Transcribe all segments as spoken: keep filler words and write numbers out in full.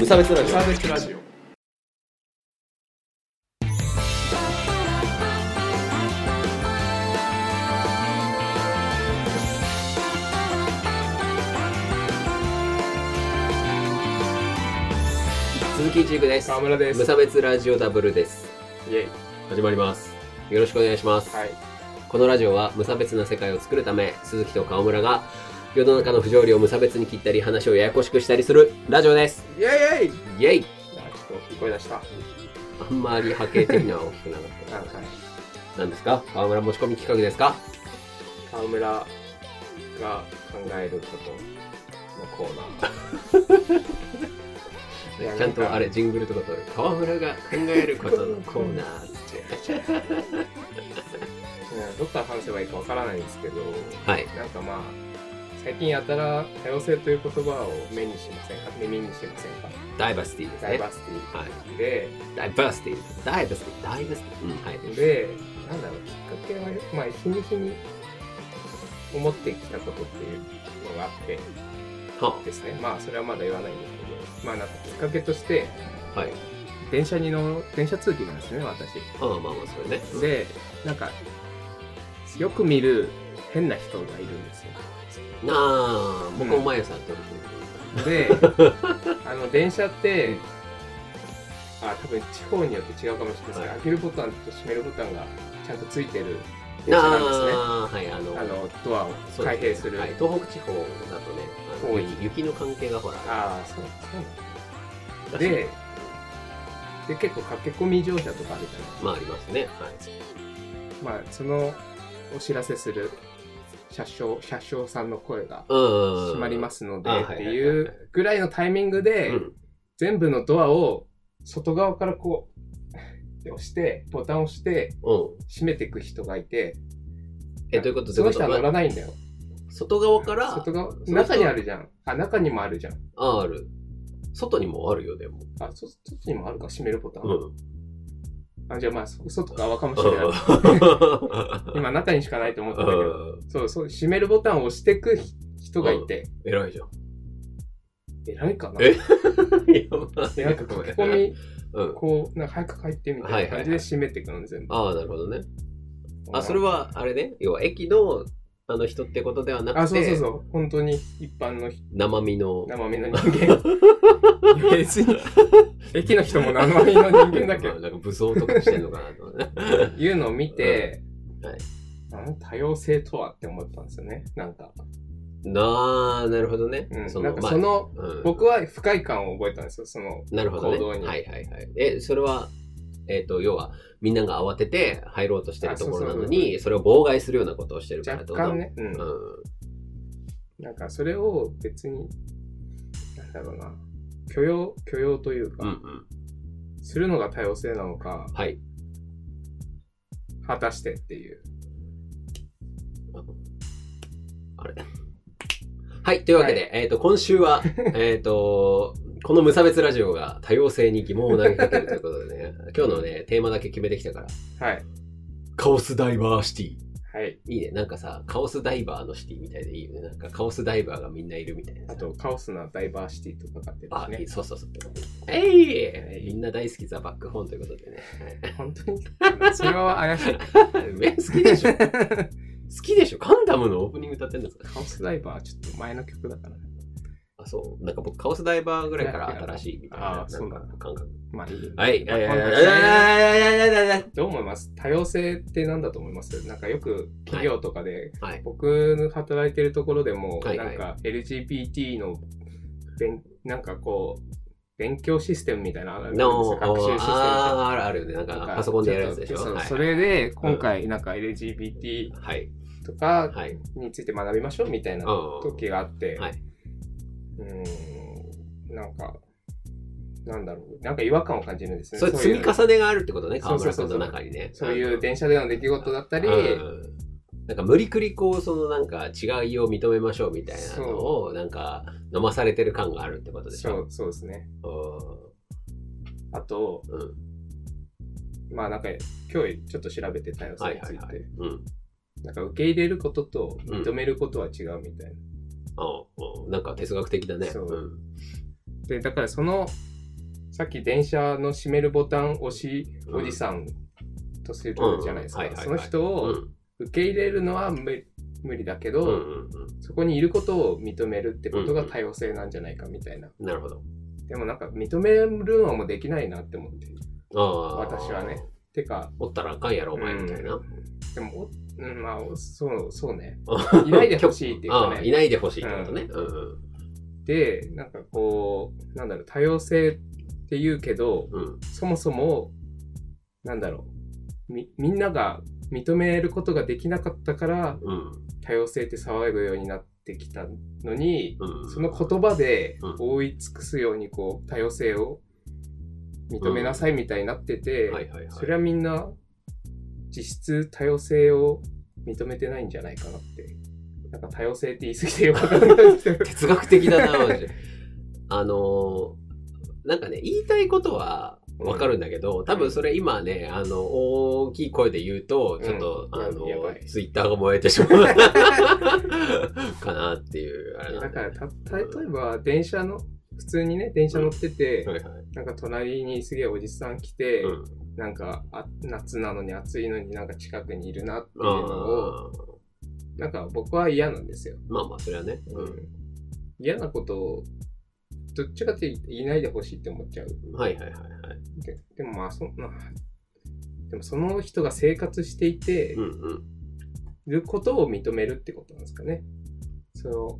無差別ラジオ。 無差別ラジオ。 鈴木一育です。 川村です。 無差別ラジオダブルです。 イエイ。 始まります。よろしくお願いします。 はい。 このラジオは無差別な世界を作るため、鈴木と川村が世の中の不条理を無差別に切ったり、話をややこしくしたりするラジオです。 イエイイエイ。 イエイ。 ちょっと大きい声出した。 あんまり波形的には大きくなかった。 はい。 何ですか？川村持ち込み企画ですか？ 川村が考えることのコーナー。 ちゃんとあれジングルとか撮る。川村が考えることのコーナーってどっから話せばいいかわからないんですけど、 はい。 なんかまあ最近やたら多様性という言葉を目にしませんか？耳にしませんか？ ダイバーシティですね。 ダイバーシティ、 はい、 でダイバーシティダイバーシティダイバーシティ、うん、はい。 でなんだろう、きっかけはまあ日に日に思ってきたことっていうのがあってですね。まあそれはまだ言わないんですけど、まあなんかきっかけとして、 はい、 電車にの電車通勤なんですね、私。 ああまあまあそれね。 でなんかよく見る変な人がいるんですよ。 なあ、僕も毎朝撮るとで、あの電車って、うん、あ多分地方によって違うかもしれないですけど、はい、開けるボタンと閉めるボタンがちゃんとついてる電車なんですね。あ、はい、あのあのドアを開閉する。 はい、東北地方だとね、多い雪の関係がほら。 ああ、そうそうなんで、で結構駆け込み乗車とかあるじゃないですか。 まあありますね。はい。 まあそのお知らせする車掌車掌さんの声が閉まりますのでっていうぐらいのタイミングで、全部のドアを外側からこう押してボタンを押して閉めていく人がいて、 えどういうこと？ その人は乗らないんだよ。 外側から外側中にあるじゃん。あ、中にもあるじゃん。 ああ、ある。外にもあるよでも。 あ、そ外にもあるか、閉めるボタン。 うん。 あ、じゃあまあ外側かもしれない。今中にしかないと思ったんだけど、そうそう、閉めるボタンを押していく人がいて。 偉いじゃん。 偉いかな。 え？ でなんか書き込み、うん、こうなんか早く帰ってみたいな感じで閉めていくの全部。 ああ、なるほどね。あ、それはあれね、要は駅のあの人ってことではなくて、 あ、そうそうそう、本当に一般の生身の生身の人間。別に駅の人も生身の人間だけど、 なんか武装とかしてんのかなとね。 いうのを見て、 うん、はい、 あの多様性とはって思ったんですよね。なんか。 なあ、なるほどね。 うん、そのなんかその、まあうん、僕は不快感を覚えたんですよ。そのなるほど、ね、 行動に。 はいはいはい。え、それはえっと要はみんなが慌てて入ろうとしてるところなのに、それを妨害するようなことをしてるからってこと。 若干ね。うん。うん、なんかそれを別になんだろうな、許容許容というか、うんうん、するのが多様性なのか。 はい。 果たしてっていう。 あれ。はい、というわけで、はい、えっと、今週は、えっと、この無差別ラジオが多様性に疑問を投げかけるということでね、今日のね、テーマだけ決めてきたから。 はい。 カオスダイバーシティ。 はい。 いいね。なんかさ、カオスダイバーのシティみたいでいいよね。なんかカオスダイバーがみんないるみたいな。 あと、カオスなダイバーシティとかかってるしね。 あ、そうそうそう。えい、はい、みんな大好きザ・バックホーンということでね。 本当にそれは怪しい。 え、好きでしょ好きでしょ。ガンダムのオープニング歌ってんですか？ カオスダイバーはちょっと前の曲だからね。 あ、そう。なんか僕、カオスダイバーぐらいから新しいみたいな。 あ、そうなんだ。 感覚。 まあいい。 はい。はい。 どう思います？多様性って何だと思います？なんかよく企業とかで、はい、僕の働いてるところでも、はい、なんか エルジービーティー の勉、なんかこう、勉強システムみたいなのあるんですよ。学習システム。ああ、あるあるよね。なんかパソコンでやるやつでしょ。 そう、はい、それで今回なんか エルジービーティー とかについて学びましょうみたいな時があって、はい、うーん、なんかなんだろう、なんか違和感を感じるんですね。 それ積み重ねがあるってことね、川村君の中にね。 そういう電車での出来事だったり、 なんか無理くりこうそのなんか違いを認めましょうみたいなのをなんか飲まされてる感があるってことでしょ。 そう、そうですね。あと、うん、まあなんか今日ちょっと調べて多様性について、なんか受け入れることと認めることは違うみたいな。 うん、ああ、なんか哲学的だね。 そう、うん、でだからそのさっき電車の閉めるボタン押しおじさんとするじゃないですか。その人を受け入れるのは無無理だけど、うんうんうん、そこにいることを認めるってことが多様性なんじゃないかみたいな。 うんうん、なるほど。 でもなんか認めるのもできないなって思って。あ私はね。てか。 おったらあかんやろ、お前みたいな。うん、 でも、うん、まあ、そう、そうね。いないでほしいっていうかね。 いないでほしいってことね。うんうん、 で、なんかこう、なんだろう、多様性って言うけど、うん、そもそも、なんだろう、み、みんなが認めることができなかったから、うん、多様性って騒ぐようになってきたのに、うん、その言葉で覆い尽くすようにこう多様性を認めなさいみたいになってて、それはみんな実質多様性を認めてないんじゃないかなって。なんか多様性って言い過ぎてよかったんですけど。 哲学的だな、マジで。あのー、なんかね、言いたいことは、わかるんだけど、うん、多分それ今ね、あの、大きい声で言うと、ちょっと、うん、あの、ツイッターが燃えてしまうかなっていう、あれなんだ。だからた、例えば、電車の、普通にね、電車乗ってて、うんはいはい、なんか隣にすげえおじさん来て、うん、なんかあ、夏なのに暑いのになんか近くにいるなっていうのを、なんか僕は嫌なんですよ。 まあまあ、それはね。 うん、嫌なことを、どっちかっていないでほしいって思っちゃう。 はいはいはいはい。 で, でもまあそ、まあ、でもその人が生活していて、うんうん、ることを認めるってことなんですかね。そう。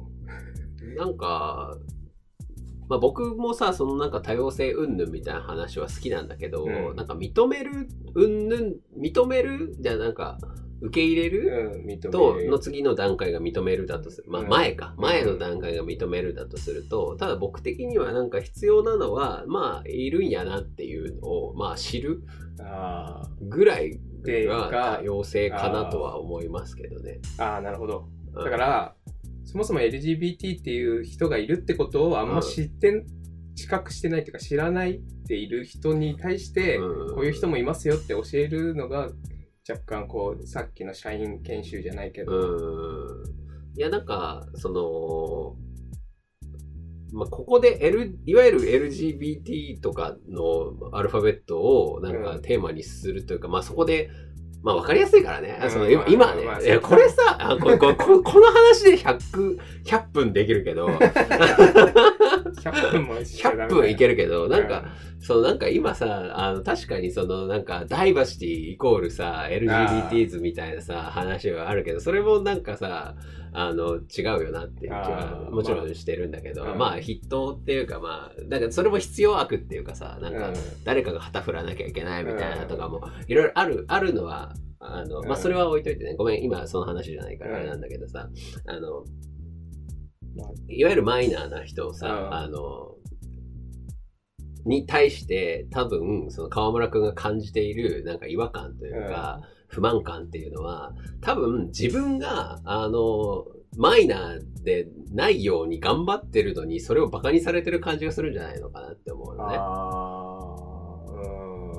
なんか、まあ僕もさ、そのなんか多様性云々みたいな話は好きなんだけど、うん、なんか認める云々、認めるじゃあなんか、受け入れる、うん、との次の段階が認めるだとする。まあ前か。うん、前の段階が認めるだとすると、ただ僕的にはなんか必要なのは、まあいるんやなっていうのを、まあ知るぐらいが多様性かなとは思いますけどね。 ああ、なるほど。だから、うん、そもそも エルジービーティー っていう人がいるってことをあんま知って、うん、知覚してないっていうか知らないっている人に対して、こういう人もいますよって教えるのが、若干こうさっきの社員研修じゃないけど、 うーんいやなんかそのまあここで L いわゆる エルジービーティー とかのアルファベットをなんかテーマにするというか、うん、まあそこでまあ分かりやすいからね。うん、その今、今ね、まあ、いやこれさあこここ、この話でひゃく、ひゃっぷんできるけど、ひゃっぷんもひゃっぷんいけるけど、なんか、うん、そのなんか今さ、あの確かにそのなんかダイバーシティイコールさ、エルジービーティーズ みたいなさ、話はあるけど、それもなんかさ、あの違うよなっていう気はもちろんしてるんだけど、まあ、まあ、筆頭っていうかまあ、だからそれも必要悪っていうかさ、なんか誰かが旗振らなきゃいけないみたいなとかもいろいろある、あるのは、あの、まあ、それは置いといてね、ごめん、今その話じゃないからあれなんだけどさ、あの、いわゆるマイナーな人をさ、あの、に対して多分、その川村くんが感じているなんか違和感というか、不満感っていうのは、多分自分が、あの、マイナーでないように頑張ってるのに、それをバカにされてる感じがするんじゃないのかなって思うのね。 ああ、うん。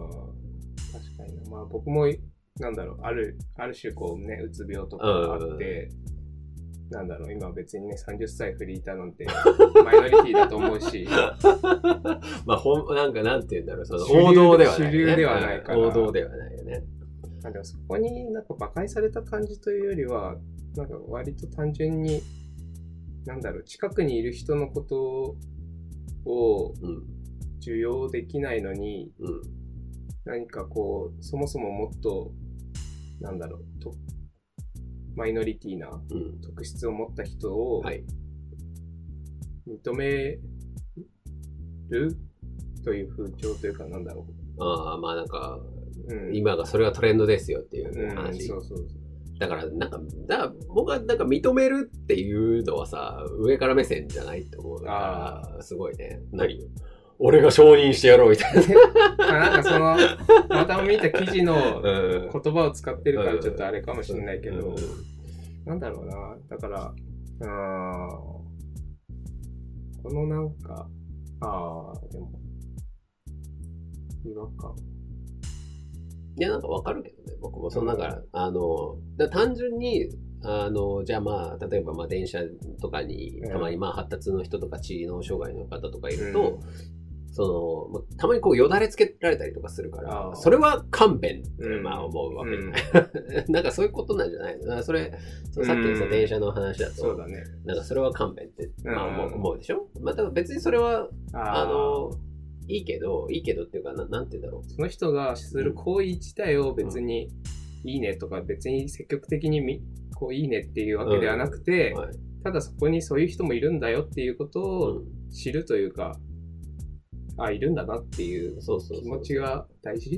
確かにな。まあ僕も、なんだろう、ある、ある種こうね、うつ病とかあって、なんだろう、今別にね、さんじゅっさいフリーターなんて、マイノリティだと思うし。 まあ、ほん、なんかなんて言うんだろう、その王道ではない、ね。 主流ではないから。 王道ではないよね。 まあ、でもそこになんか馬鹿にされた感じというよりは、なんか割と単純に、なんだろう、近くにいる人のことを受容できないのに、うん、何かこう、そもそももっと、なんだろう、とマイノリティな特質を持った人を認めるという風潮というか、なんだろう。ああ、まあなんか、うん、今がそれがトレンドですよっていう話。 うん、そうそうそう。 だから、なんか、だから僕はなんか認めるっていうのはさ、上から目線じゃないって思うから、すごいね。何俺が承認してやろうみたいな。 なんかその、また見た記事の言葉を使ってるからちょっとあれかもしれないけど、うんうん、なんだろうな。だから、あこのなんか、ああ、でも、違和感。 いや、なんかわかるけどね、僕も。その、だから、あの、だ単純に、あの、じゃあまあ、例えばまあ電車とかに、たまにまあ発達の人とか知能障害の方とかいると、 その、たまにこうよだれつけられたりとかするから、それは勘弁って、まあ思うわけじゃない。うん、なんかそういうことなんじゃないの？なんかそれ、そのさっきのさ、電車の話だと、 そうだね。 なんかそれは勘弁って、まあ思う、思うでしょ？また別にそれは、あの、いいけど、いいけどっていうか、な、なんて言うんだろう。 その人がする行為自体を別にいいねとか、別に積極的にみこういいねっていうわけではなくて、うんはい、ただそこにそういう人もいるんだよっていうことを知るというか、うん、あ、いるんだなっていう気持ちが大事？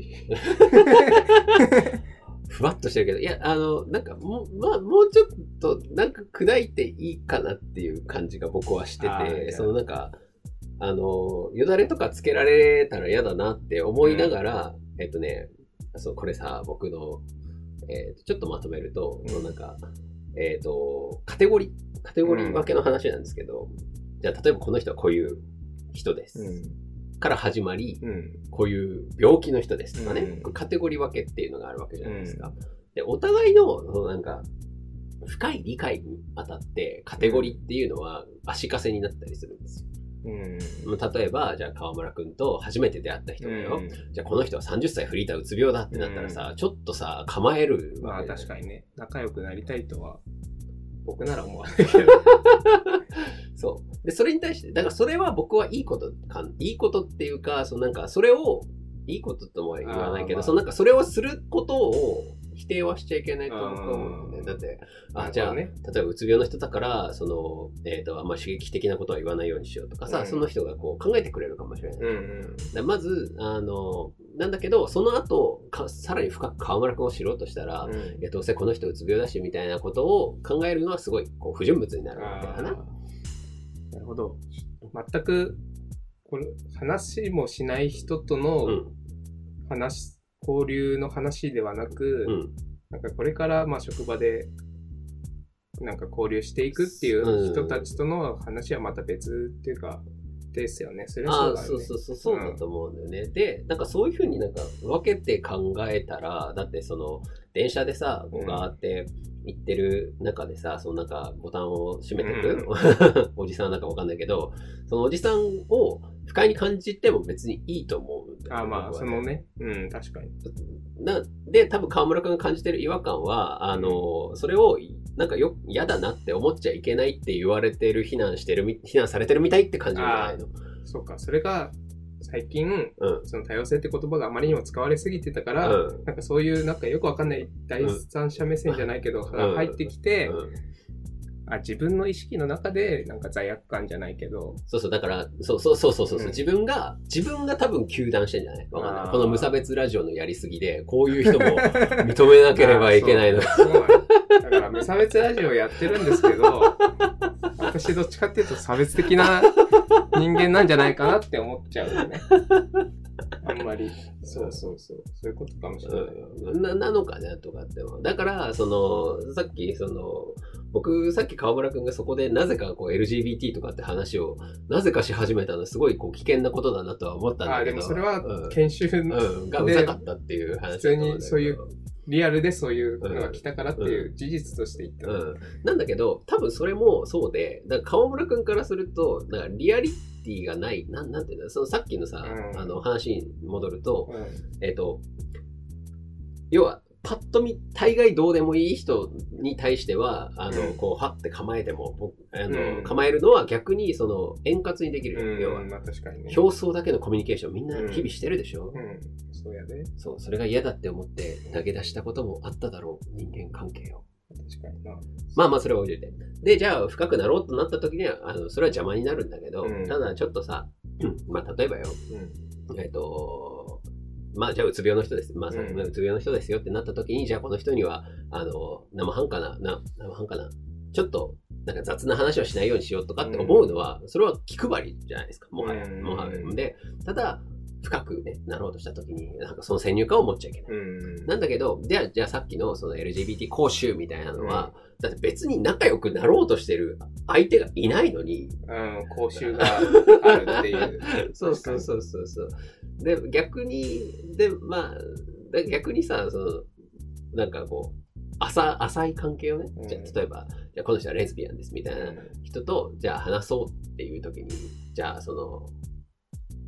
ふわっとしてるけど、いや、あの、なんかもう、まあ、もうちょっと、なんか砕いていいかなっていう感じが僕はしてて、そのなんか、あの、よだれとかつけられたら嫌だなって思いながら、うん、えっとね、そう、これさ、僕の、えー、ちょっとまとめると、うん、なんか、えっと、カテゴリー、カテゴリー分けの話なんですけど、うん、じゃあ、例えばこの人はこういう人です。うん、から始まり、うん、こういう病気の人ですとかね、うん、カテゴリー分けっていうのがあるわけじゃないですか。うん、で、お互いの、そのなんか、深い理解にあたって、カテゴリーっていうのは足かせになったりするんですよ。うん、例えば、じゃあ川村くんと初めて出会った人だよ。うん、じゃあこの人はさんじゅっさいフリーターうつ病だってなったらさ、うん、ちょっとさ、構える。 まあ確かにね、仲良くなりたいとは、僕なら思わないけど。 そう。で、それに対して、だからそれは僕はいいことか、いいことっていうか、そのなんかそれを、いいこととも言わないけど、まあ、そのなんかそれをすることを、否定はしちゃいけないと思うんだよね。だって、あ、じゃあ、ね、例えばうつ病の人だから、その、えっと、あんまり刺激的なことは言わないようにしようとかさ、うん、その人がこう考えてくれるかもしれない。うんうん、まず、あの、なんだけど、その後、かさらに深く川村くんを知ろうとしたら、うん、いや、どうせこの人うつ病だし、みたいなことを考えるのはすごい、こう、不純物になるわけだな。 なるほど。全く、これ、話もしない人との話、うん交流の話ではなく、うん、なんかこれからまあ職場でなんか交流していくっていう人たちとの話はまた別っていうかですよね。それはそうだよね。 あ、そうそうそうそうだと思うんだよね。うん、で、なんかそういうふうになんか分けて考えたら、だってその電車でさ、こうガーって行ってる中でさ、そのなんかボタンを閉めてく、うん、おじさんなんかわかんないけど、そのおじさんを不快に感じても別にいいと思うんだよね。 あ、まあ、そのね。うん、確かに。 なで、多分川村くんが感じてる違和感は、あの、うん、それを、なんかよ、嫌だなって思っちゃいけないって言われてる、非難してる、非難されてるみたいって感じるんじゃないの？ そうか、それが、最近、うん、その多様性って言葉があまりにも使われすぎてたから、うん、なんかそういうなんかよくわかんない第三者目線じゃないけど、うん、入ってきて、うん、あ、自分の意識の中でなんか罪悪感じゃないけど。 そうそう、だから、そうそうそうそうそう、うん、自分が、自分が多分糾弾してんじゃないわかんない。この無差別ラジオのやりすぎで、こういう人も認めなければいけないの。 そうそうだから無差別ラジオやってるんですけど、私どっちかっていうと差別的な人間なんじゃないかなって思っちゃうよね。あんまり。そうそうそう。そういうことかもしれない。 うん、な, なのかなとかっても。だから、その、さっき、その、僕、さっき川村くんがそこでなぜかこう エルジービーティー とかって話をなぜかし始めたのはすごいこう危険なことだなとは思ったんだけど。 あ、でもそれは研修、うんうん、がうざかったっていう話だ普通にそういう、リアルでそういうのが来たからっていう事実として言った、 うんうん。なんだけど、多分それもそうで、だから川村くんからすると、なんかリアリティがない、なん、なんていうんだ、そのさっきのさ、うん、あの話に戻ると、うん、えっと、要は、パッと見、大概どうでもいい人に対しては、あの、うん、こう、はって構えても、あの、うん、構えるのは逆に、その、円滑にできる。 うん、 要は、 まあ確かにね。 表層だけのコミュニケーションみんな日々してるでしょ、 うん、うん、そうやね。 そう、それが嫌だって思って投げ出したこともあっただろう、人間関係を。 確かにな。 まあまあ、それは置いといて。で、じゃあ、深くなろうとなった時には、あの、それは邪魔になるんだけど、うん、ただ、ちょっとさ、まあ、例えばよ、うん、えっと、まあ、じゃあ、うつ病の人です。まあ、うん、うつ病の人ですよってなった時に、じゃあ、この人には、あの、生半可な、な、生半可な、ちょっと、なんか雑な話をしないようにしようとかって思うのは、うん、それは気配りじゃないですか。もはや。もはや。で、ただ、深くね、なろうとした時に、なんかその先入観を持っちゃいけない。うん、なんだけど、じゃあ、じゃあさっきのその エルジービーティー 講習みたいなのは、うん、だって別に仲良くなろうとしてる相手がいないのに、 うん、講習があるっていう。 そうそうそうそうそう。で、逆に、で、まあ、逆にさ、その、なんかこう、浅、浅い関係をね、うん、じゃあ例えば、じゃあこの人はレズビアンですみたいな人と、じゃあ話そうっていう時に、じゃあその、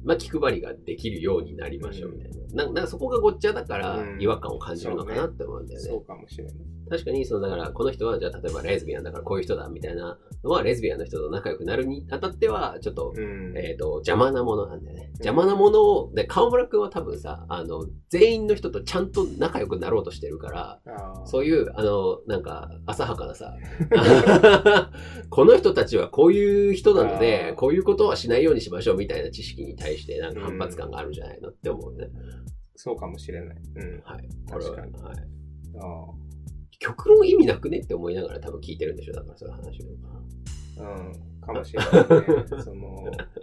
まあ気配りができるようになりましょうみたいな。うん、なんかなんかそこがごっちゃだから違和感を感じるのかなって思うんだよね。 うん、そうね、そうかもしれない。 確かに、そのだからこの人はじゃあ例えばレズビアンだからこういう人だみたいなのはレズビアンの人と仲良くなるにあたってはちょっと、うん、えっ、ー、と邪魔なものなんだよね。邪魔なものを、で、川村くんは多分さ、あの、全員の人とちゃんと仲良くなろうとしてるから、そういう、あの、なんか、浅はかなさ、この人たちはこういう人なので、こういうことはしないようにしましょうみたいな知識に対して、なんか反発感があるんじゃないのって思うね。 そうかもしれない。うん。 はい。これは、はい。 あ極論意味なくねって思いながら多分聞いてるんでしょ、だからそういう話を。 うん、かもしれないね。その、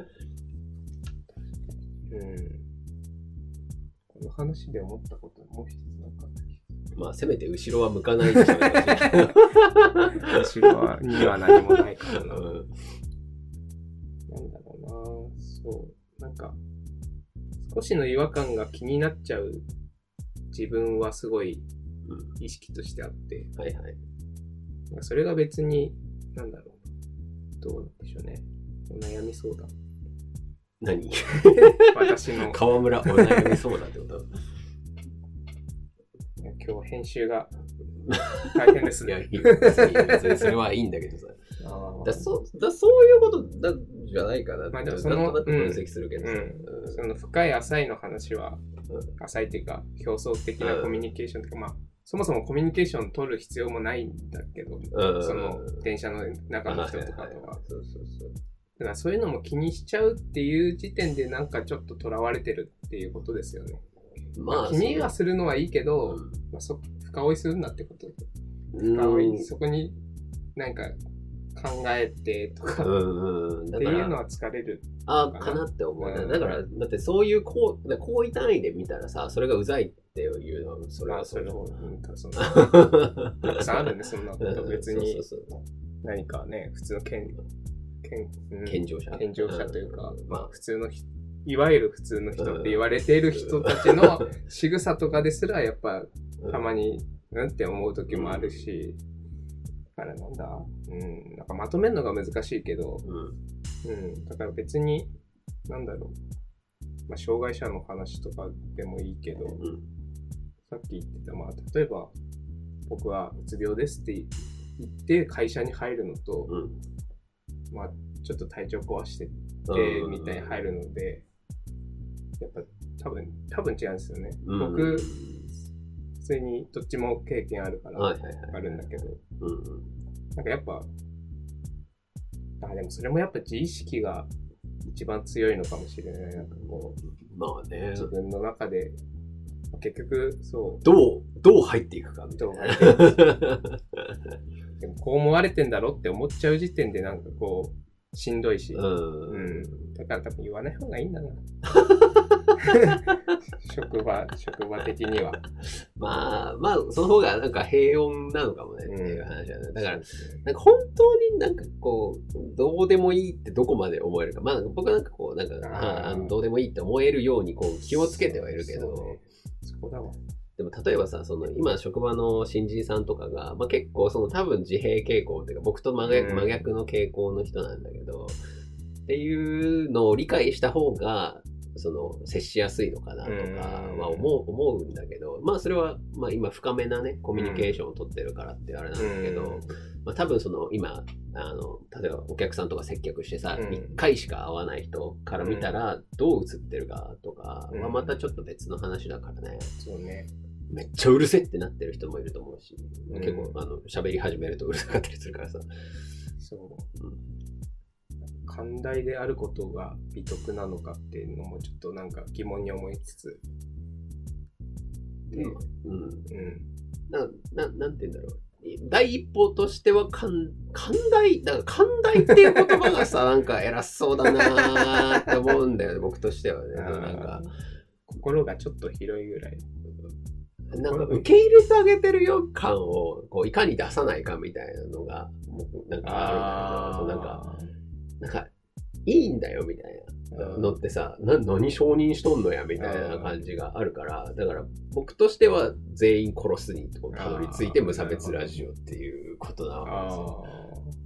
うん。この話で思ったこともう一つなんかあったっけ？ まあ、せめて後ろは向かないでしょうね。 後ろには何もないからな。うん、なんだろうな。そう。なんか、少しの違和感が気になっちゃう自分はすごい意識としてあって。 うん、はいはい。 それが別に、なんだろう。どうなんでしょうね。お悩み相談。 何私の川村お悩み相談ってこと今日編集が大変ですね。 いや、いい別に別にそれはいいんだけどさ。あだそだそういうことだじゃないかなって、まあ、そのなんとなく分析するけどさ、 うんうん、その深い浅いの話は、うん、浅いっていうか表層的なコミュニケーションというか、うん、まあそもそもコミュニケーション取る必要もないんだけど、うん、その電車の中の人とかとは。だからそういうのも気にしちゃうっていう時点でなんかちょっと囚われてるっていうことですよね。まあ、気にはするのはいいけど、うんまあ、そ深追いするんだってこと。深追い、そこになんか考えてとか、うんうん、っていうのは疲れるかな。あかなって思うね、うん。だから、だってそういう行為単位で見たらさ、それがうざいっていうのは、それはそれの方が、 たくさんあるね、そんなこと別に。そうそうそう何かね、普通の健、健、 うん、健常者健常者というか、うん、まあ普通の人、いわゆる普通の人って言われている人たちの仕草とかですら、やっぱ、たまに、うんって思う時もあるし、だからなんだ、うん、なんかまとめるのが難しいけど、うん、うん、だから別に、なんだろう、まあ、障害者の話とかでもいいけど、うん、さっき言ってた、まあ、例えば、僕はうつ病ですって言って会社に入るのと、うん、まあ、ちょっと体調壊してて、みたいに入るので、やっぱ多分、多分違うんですよね。うん、僕、普通にどっちも経験あるからあるんだけど、なんかやっぱ、あ、でもそれもやっぱ自意識が一番強いのかもしれない。なんかこう、まあね、 自分の中で、結局、そう。 どう、どう入っていくかみたいな。どう入っていくか。 でもこう思われてんだろって思っちゃう時点でなんかこう、しんどいし。うん。うん。だから多分言わない方がいいんだな。職場、職場的には。 まあ、まあ、その方がなんか平穏なのかもねっていう話だね。だから、なんか本当になんかこう、どうでもいいってどこまで思えるか。まあ僕なんかこう、なんか、ああのどうでもいいって思えるようにこう気をつけてはいるけど、 そこだわ。 でも例えばさ、その今職場の新人さんとかが、まあ、結構その多分自閉傾向っていうか僕と真逆、真逆の傾向の人なんだけど、っていうのを理解した方が、その接しやすいのかなとか、まあ、思う、思うんだけど、まあそれはまあ今深めなね、コミュニケーションを取ってるからってあれなんだけど、まあ多分その今、あの、例えばお客さんとか接客してさ、いっかいしか会わない人から見たらどう映ってるかとか、まあまたちょっと別の話だからね。 そうね。 めっちゃうるせってなってる人もいると思うし、うん、結構あの喋り始めるとうるさかったりするからさ。 そう。うん、寛大であることが美徳なのかっていうのもちょっとなんか疑問に思いつつ。 で、うん。うん。な、な、なんて言うんだろう。第一歩としては寛大、だから寛大っていう言葉がさ、なんか偉そうだなーって思うんだよね、僕としてはね。なんか心がちょっと広いぐらい。 なんか受け入れてあげてるよ感をこういかに出さないかみたいなのがなんかあるんだけど、なんかなんかいいんだよみたいなのってさ、な何承認しとんのやみたいな感じがあるから、だから僕としては全員殺すにたどり着いて無差別ラジオっていうことなわけですよ。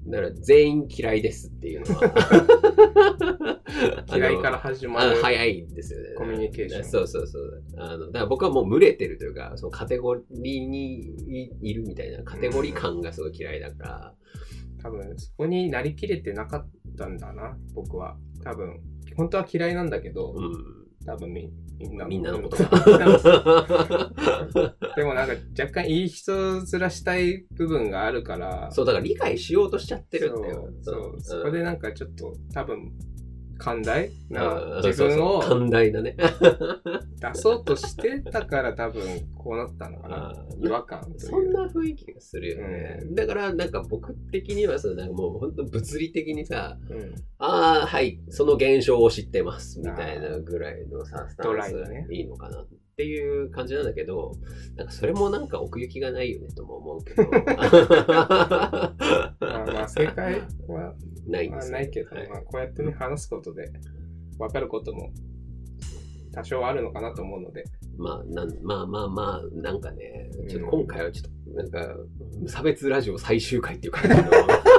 だから全員嫌いですっていうのは嫌いから始まる早いんですよね。 コミュニケーション。 そうそうそう。あのだから僕はもう群れてるというか、そのカテゴリーにいるみたいなカテゴリー感がすごい嫌いだから。 うん、多分そこになりきれてなかったんだな、僕は。多分本当は嫌いなんだけど、うん、多分みみんなみんなのことがでもなんか若干いい人面したい部分があるから、 そうだから理解しようとしちゃってるんだよ。 そうそう、うん、そこでなんかちょっと多分寛大な自分を寛大だね出そうとしてたから多分こうなったのかな。違和感という。 そんな雰囲気がするよね。うん、だからなんか僕的にはそのなんかもう本当物理的にさ、うん、ああはいその現象を知ってますみたいなぐらいのさスタンスいいのかなっていう感じなんだけど、なんかそれもなんか奥行きがないよねとも思うけど。まあまあ正解はないんです、 まあ、ないけど、はい、まあこうやってね話すことで分かることも多少あるのかなと思うので。 まあ、なんまあまあまあ、なんかね、ちょっと今回はちょっと、なんか、無差別ラジオ最終回っていう感じの。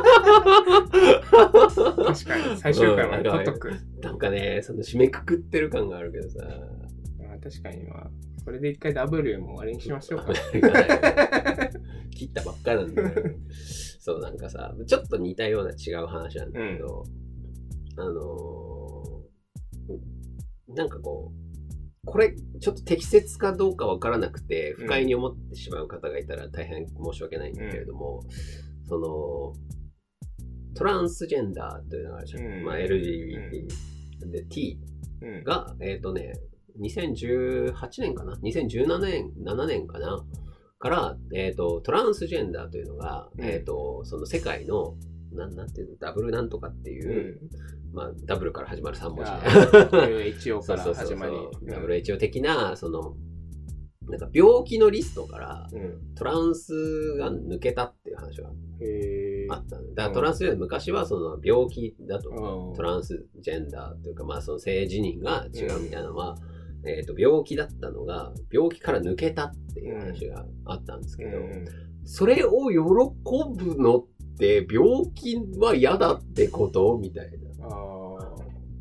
確かに、最終回まで取っとく。 なんかね、その締めくくってる感があるけどさ。 まあ確かにまあ、これで一回 W も終わりにしましょうか。 切ったばっかなんだよ。そう、なんかさ、ちょっと似たような違う話なんだけど、うん、あのー、なんかこう、これちょっと適切かどうかわからなくて不快に思ってしまう方がいたら大変申し訳ないんだけれども、うん、そのトランスジェンダーというのがあるじゃん、うん、まあ、エルジービーティー、うん、で T が、えっとねにせんじゅうはちねんかなにせんじゅうななねんななねんかなから、えっとトランスジェンダーというのが、うん、えっとその世界のなんなんていうのダブルなんとかっていう、うん、まあダブルから始まるさん文字でダブリューエイチオー から始まりダブリューエイチオー 的なそのなんか病気のリストから、うん、トランスが抜けたっていう話があったの。だからトランスは昔はその病気だと、うん、トランスジェンダーというかまあその性自認が違うみたいなのは、うん、えっと病気だったのが病気から抜けたっていう話があったんですけど、うん、それを喜ぶのって病気は嫌だってことみたいな。あ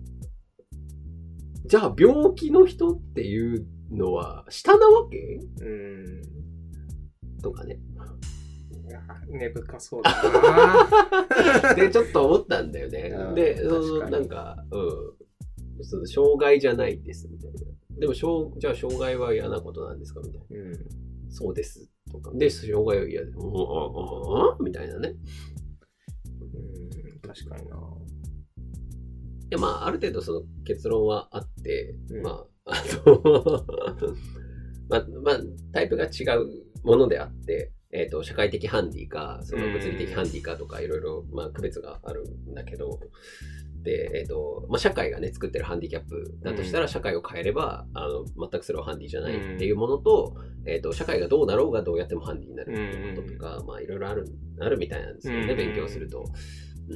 じゃあ病気の人っていうのは下なわけ？うんとかね。 いや根深そうだなでちょっと思ったんだよね。でそのなんか、うん、その障害じゃないですみたいな。でも障じゃあ障害は嫌なことなんですかみたいな。うん、そうですとか。で障害は嫌で、うんうんうんみたいなね。 うん確かにな。 いやまあある程度その結論はあって、うん、まああのまあまあタイプが違うものであって、えっと社会的ハンディかその物理的ハンディかとかいろいろまあ区別があるんだけど、でえっとまあ社会がね作ってるハンディキャップだとしたら社会を変えればあの全くそれはハンディじゃないっていうものと、えっと社会がどうなろうがどうやってもハンディになるっていうこととか、まあいろいろあるあるみたいなんですよね、勉強すると。うん、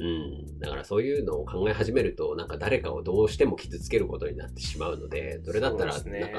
だからそういうのを考え始めるとなんか誰かをどうしても傷つけることになってしまうので、それだったらなんか、ね、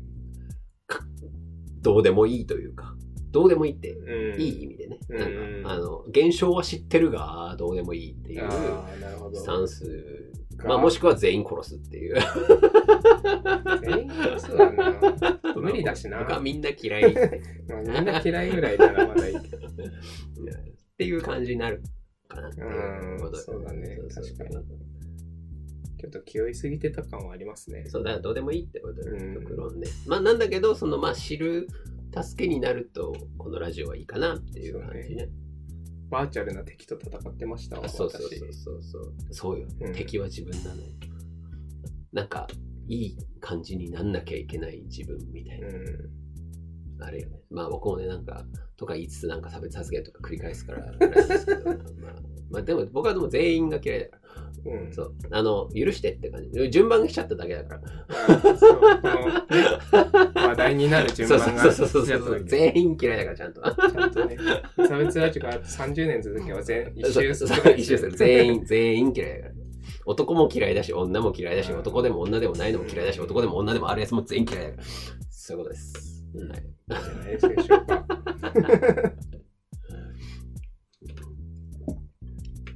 どうでもいいというかどうでもいいって、うん、いい意味でね、うん、なんかあの現象は知ってるがどうでもいいっていうスタンス、まあ、もしくは全員殺すっていう全員殺すはな無理だしな。 僕はみんな嫌いまあみんな嫌いぐらいならまだいいけどっていう感じになるかなっていうこと。 そうだね、確かにちょっと気負いすぎてた感はありますね。 そうだからどうでもいいってことで極論ね。まあなんだけどそのまあ知る助けになるとこのラジオはいいかなっていう感じね。 バーチャルな敵と戦ってましたわ。 そうそうそうそうそうそうよ、うん、敵は自分なのよ。なんかいい感じになんなきゃいけない自分みたいな、うん、あれよね。まあ僕もねなんかとか言いつつなんか差別発言とか繰り返すからあれなんですけどまあ、まあでも僕はでも全員が嫌いだから、うん、そうあの許してって感じ。順番が来ちゃっただけだから。あそうこの、ね、話題になる順番がそうそうそうそう全員嫌いだからちゃんと。 ちゃんとね。差別ラジオがさんじゅうねん続けば全一周する。一周する。全員全員嫌いだから。男も嫌いだし女も嫌いだし、男でも女でもないのも嫌いだし、男でも女でもあるやつも全員嫌いだから。そういうことです。はい。 じゃないでしょうか。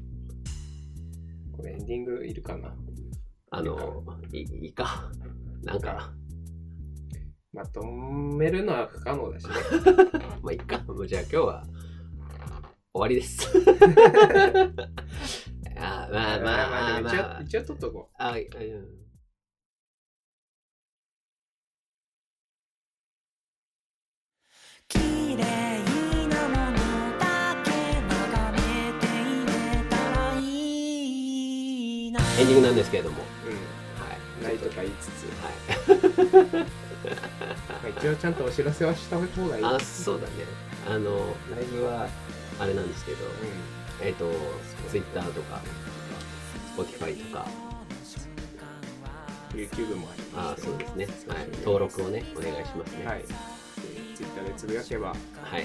これエンディングいるかな。 あの、いいいか。なんか。 まとめるのは不可能だしね。 まあいいか。もうじゃあ今日は終わりです。あまあまあまあ、まあ、 一応、一応取っとこう。 あ、うん。 綺麗なものだけ眺めていれたらいいな。 エンディングなんですけれども、 うん、はい、ないとか言いつつ、はい。一応ちゃんとお知らせはした方がいい。 あ、そうだね。あのライブはあれなんですけど、うん、えっ、ー、と Twitter とか Spotify とか YouTube もあります、ね。 あ、そうですね。はい、登録をねお願いしますね。 はい。Twitter でつぶやけば、はい、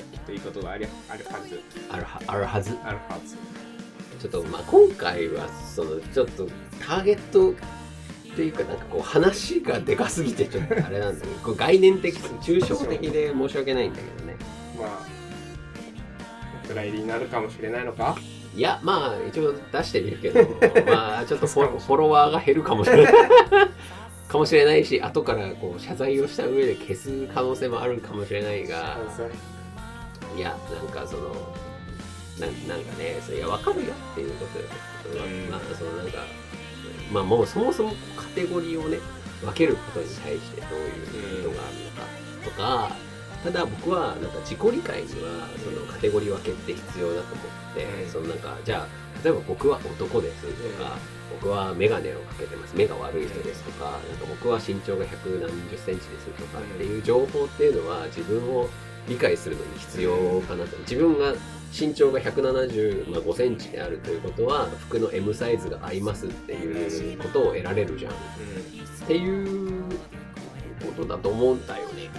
きっといいことがあるあるはず。 あるはあるはず。 あるはず。 ちょっとまあ今回はそのちょっとターゲットっていうかなんかこう話がでかすぎてちょっとあれなんだけど、こう概念的抽象的で申し訳ないんだけどね。 まあお蔵入りになるかもしれないのか。 いやまあ一応出してみるけど、まあちょっとフォフォロワーが減るかもしれないかもしれないし、後からこう謝罪をした上で消す可能性もあるかもしれないが、いやなんかそのななんかね、それいや分かるよっていうことよ。まあそのなんかまあもうそもそもカテゴリーをね分けることに対してどういう意図があるのかとか、ただ僕はなんか自己理解にはそのカテゴリー分けって必要だと思って、そのなんかじゃあ例えば僕は男ですとか、僕はメガネをかけてます、目が悪い人ですとか、なんか僕は身長が百何十センチですとかっていう情報っていうのは自分を理解するのに必要かなと。自分が身長がひゃくななじゅうごセンチであるということは服の エム サイズが合いますっていうことを得られるじゃん、うん、っていうことだと思うんだよね。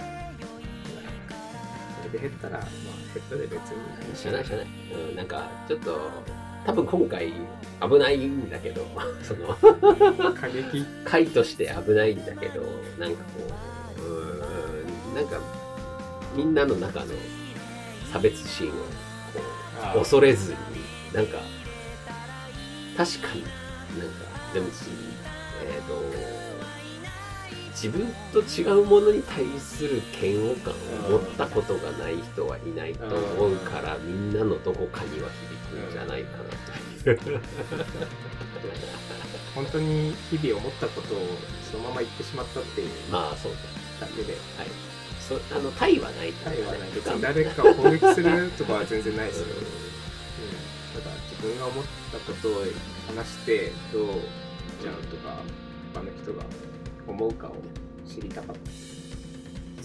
それで減ったら、まあ、減ったで別にしゃないしゃない、うん、なんかちょっと多分今回危ないんだけどその過激回として危ないんだけど、なんかこううーんなんかみんなの中の差別心を恐れずに、なんか確かになんかでもえっと自分と違うものに対する嫌悪感を持ったことがない人はいないと思うから、みんなのどこかには響くんじゃないかなという本当に日々思ったことをそのまま言ってしまったっていうまあそうだけで、はい、 そあの対はない対はない別に誰かを攻撃するとかは全然ないですよ、うん、ただ自分が思ったことを話してどうじゃんとか他の人が思うかを知りたかった。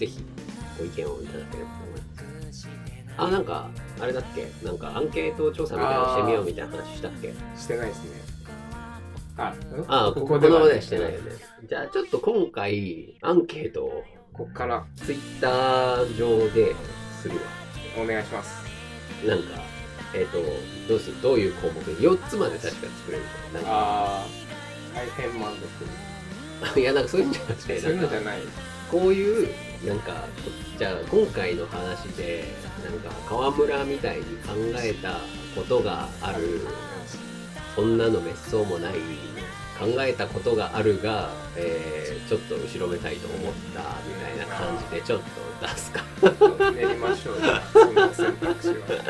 ぜひご意見をいただければと思います。あ、なんかあれだっけ、なんかアンケート調査みたいなのしてみようみたいな話したっけ？ してないですね。ああ、ここではねしてないよね。じゃあちょっと今回アンケートをこっからツイッター上でするわ。 お願いします。 なんかえっ、ー、とどうするどういう項目よっつまで確か作れるから。 ああ大変満足。 いやなんかそういうんじゃなくて、 そういうのじゃない。 こういうなんかじゃあ今回の話でなんか川村みたいに考えたことがある、そんなの滅相もない考えたことがあるが、えー、ちょっと後ろめたいと思ったみたいな感じでちょっと出すか練りましょうよその選択肢は。で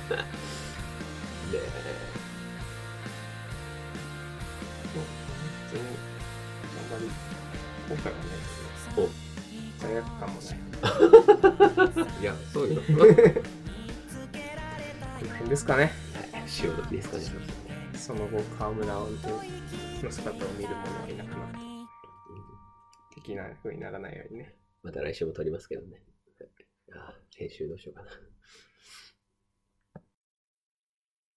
今回はね、罪悪感もない。 いや、そういうの。この辺ですかね。 潮時ですかね。 その後、川村の姿を見る者はいなくなった。的な風にならないようにね。 また来週も撮りますけどね。ああ、編集どうしようかな。